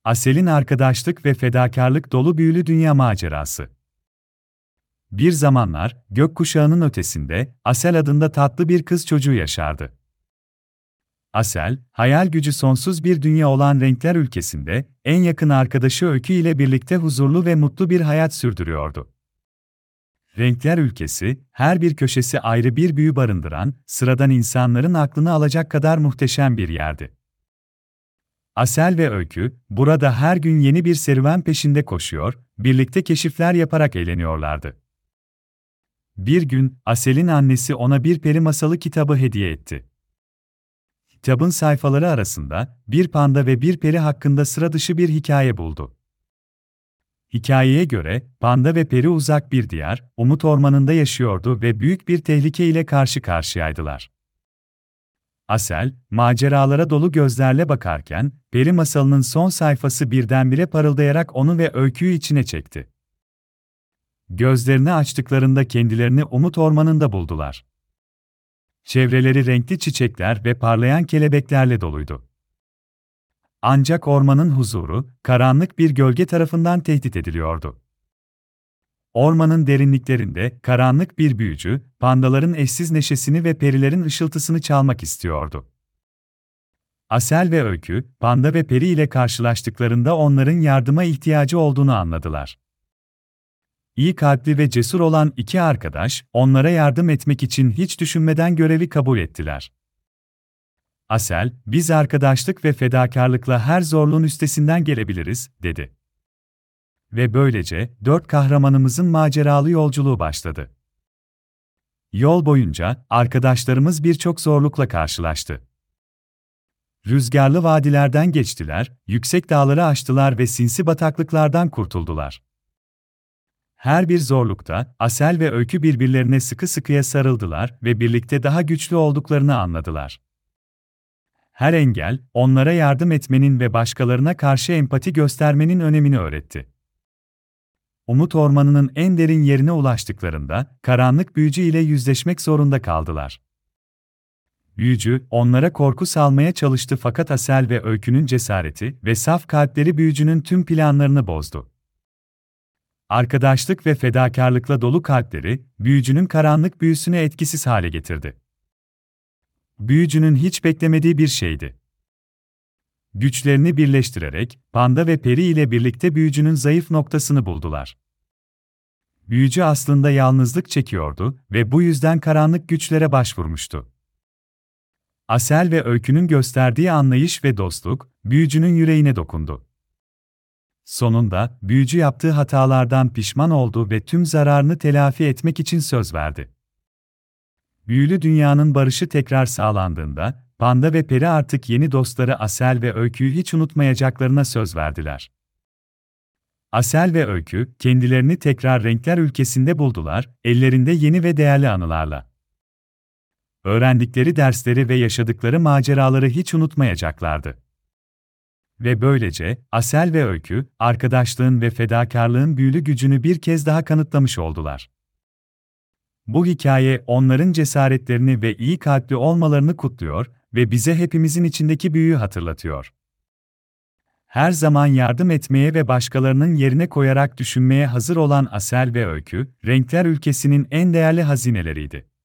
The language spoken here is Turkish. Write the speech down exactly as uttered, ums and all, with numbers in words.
Asel'in arkadaşlık ve fedakarlık dolu büyülü dünya macerası. Bir zamanlar, gökkuşağının ötesinde, Asel adında tatlı bir kız çocuğu yaşardı. Asel, hayal gücü sonsuz bir dünya olan Renkler ülkesinde, en yakın arkadaşı Öykü ile birlikte huzurlu ve mutlu bir hayat sürdürüyordu. Renkler ülkesi, her bir köşesi ayrı bir büyü barındıran, sıradan insanların aklını alacak kadar muhteşem bir yerdi. Asel ve Öykü, burada her gün yeni bir serüven peşinde koşuyor, birlikte keşifler yaparak eğleniyorlardı. Bir gün, Asel'in annesi ona bir peri masalı kitabı hediye etti. Kitabın sayfaları arasında, bir panda ve bir peri hakkında sıra dışı bir hikaye buldu. Hikayeye göre, panda ve peri uzak bir diyar, Umut Ormanı'nda yaşıyordu ve büyük bir tehlike ile karşı karşıyaydılar. Asel, maceralara dolu gözlerle bakarken, peri masalının son sayfası birdenbire parıldayarak onu ve Öykü'yü içine çekti. Gözlerini açtıklarında kendilerini Umut Ormanı'nda buldular. Çevreleri renkli çiçekler ve parlayan kelebeklerle doluydu. Ancak ormanın huzuru, karanlık bir gölge tarafından tehdit ediliyordu. Ormanın derinliklerinde, karanlık bir büyücü, pandaların eşsiz neşesini ve perilerin ışıltısını çalmak istiyordu. Asel ve Öykü, panda ve peri ile karşılaştıklarında onların yardıma ihtiyacı olduğunu anladılar. İyi kalpli ve cesur olan iki arkadaş, onlara yardım etmek için hiç düşünmeden görevi kabul ettiler. Asel, "Biz arkadaşlık ve fedakarlıkla her zorluğun üstesinden gelebiliriz," dedi. Ve böylece, dört kahramanımızın maceralı yolculuğu başladı. Yol boyunca, arkadaşlarımız birçok zorlukla karşılaştı. Rüzgarlı vadilerden geçtiler, yüksek dağları aştılar ve sinsi bataklıklardan kurtuldular. Her bir zorlukta, Asel ve Öykü birbirlerine sıkı sıkıya sarıldılar ve birlikte daha güçlü olduklarını anladılar. Her engel, onlara yardım etmenin ve başkalarına karşı empati göstermenin önemini öğretti. Umut Ormanı'nın en derin yerine ulaştıklarında, karanlık büyücü ile yüzleşmek zorunda kaldılar. Büyücü, onlara korku salmaya çalıştı fakat Asel ve Öykü'nün cesareti ve saf kalpleri büyücünün tüm planlarını bozdu. Arkadaşlık ve fedakarlıkla dolu kalpleri, büyücünün karanlık büyüsünü etkisiz hale getirdi. Büyücünün hiç beklemediği bir şeydi. Güçlerini birleştirerek, panda ve peri ile birlikte büyücünün zayıf noktasını buldular. Büyücü aslında yalnızlık çekiyordu ve bu yüzden karanlık güçlere başvurmuştu. Asel ve Öykü'nün gösterdiği anlayış ve dostluk, büyücünün yüreğine dokundu. Sonunda, büyücü yaptığı hatalardan pişman oldu ve tüm zararını telafi etmek için söz verdi. Büyülü dünyanın barışı tekrar sağlandığında, panda ve peri artık yeni dostları Asel ve Öykü'yü hiç unutmayacaklarına söz verdiler. Asel ve Öykü, kendilerini tekrar Renkler ülkesinde buldular, ellerinde yeni ve değerli anılarla. Öğrendikleri dersleri ve yaşadıkları maceraları hiç unutmayacaklardı. Ve böylece, Asel ve Öykü, arkadaşlığın ve fedakarlığın büyülü gücünü bir kez daha kanıtlamış oldular. Bu hikaye, onların cesaretlerini ve iyi kalpli olmalarını kutluyor ve bize hepimizin içindeki büyüyü hatırlatıyor. Her zaman yardım etmeye ve başkalarının yerine koyarak düşünmeye hazır olan Asel ve Öykü, Renkler ülkesinin en değerli hazineleriydi.